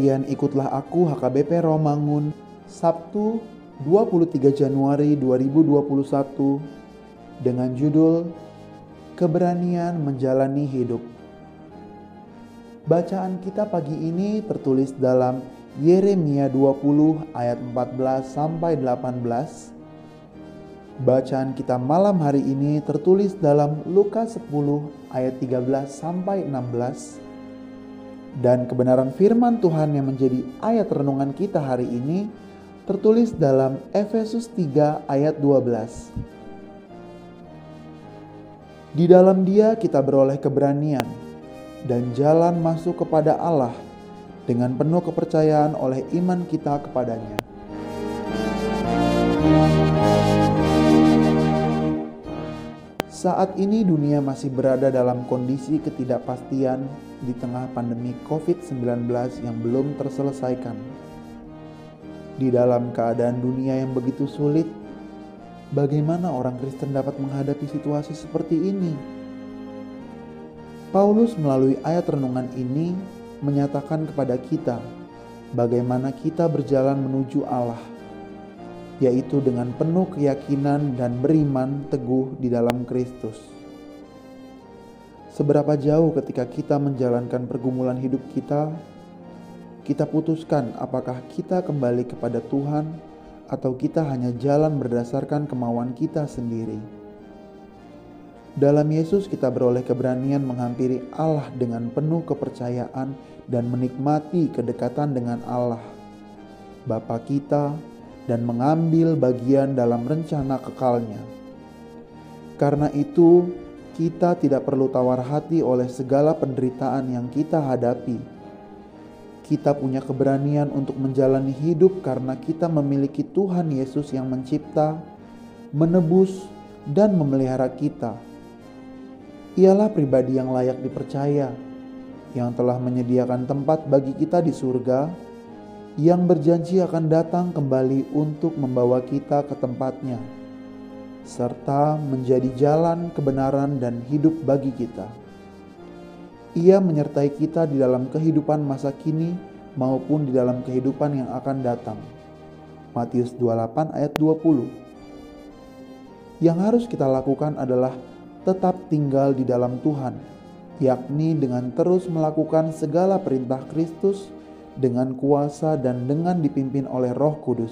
Demikian ikutlah aku HKBP Romangun, Sabtu 23 Januari 2021 dengan judul Keberanian Menjalani Hidup. Bacaan kita pagi ini tertulis dalam Yeremia 20 ayat 14 sampai 18. Bacaan kita malam hari ini tertulis dalam Lukas 10 ayat 13 sampai 16. Dan kebenaran firman Tuhan yang menjadi ayat renungan kita hari ini tertulis dalam Efesus 3 ayat 12. Di dalam Dia kita beroleh keberanian dan jalan masuk kepada Allah dengan penuh kepercayaan oleh iman kita kepadanya. Saat ini dunia masih berada dalam kondisi ketidakpastian di tengah pandemi COVID-19 yang belum terselesaikan. Di dalam keadaan dunia yang begitu sulit, bagaimana orang Kristen dapat menghadapi situasi seperti ini? Paulus melalui ayat renungan ini menyatakan kepada kita bagaimana kita berjalan menuju Allah, yaitu dengan penuh keyakinan dan beriman teguh di dalam Kristus. Seberapa jauh ketika kita menjalankan pergumulan hidup kita putuskan apakah kita kembali kepada Tuhan atau kita hanya jalan berdasarkan kemauan kita sendiri. Dalam Yesus kita beroleh keberanian menghampiri Allah dengan penuh kepercayaan dan menikmati kedekatan dengan Allah, Bapa kita, dan mengambil bagian dalam rencana kekalnya. Karena itu, kita tidak perlu tawar hati oleh segala penderitaan yang kita hadapi. Kita punya keberanian untuk menjalani hidup karena kita memiliki Tuhan Yesus yang mencipta, menebus, dan memelihara kita. Ialah pribadi yang layak dipercaya, yang telah menyediakan tempat bagi kita di surga, yang berjanji akan datang kembali untuk membawa kita ke tempatnya, serta menjadi jalan kebenaran dan hidup bagi kita. Ia menyertai kita di dalam kehidupan masa kini maupun di dalam kehidupan yang akan datang. Matius 28 ayat 20. Yang harus kita lakukan adalah tetap tinggal di dalam Tuhan, yakni dengan terus melakukan segala perintah Kristus dengan kuasa dan dengan dipimpin oleh Roh Kudus.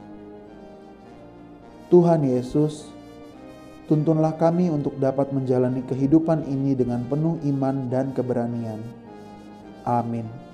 Tuhan Yesus, tuntunlah kami untuk dapat menjalani kehidupan ini dengan penuh iman dan keberanian. Amin.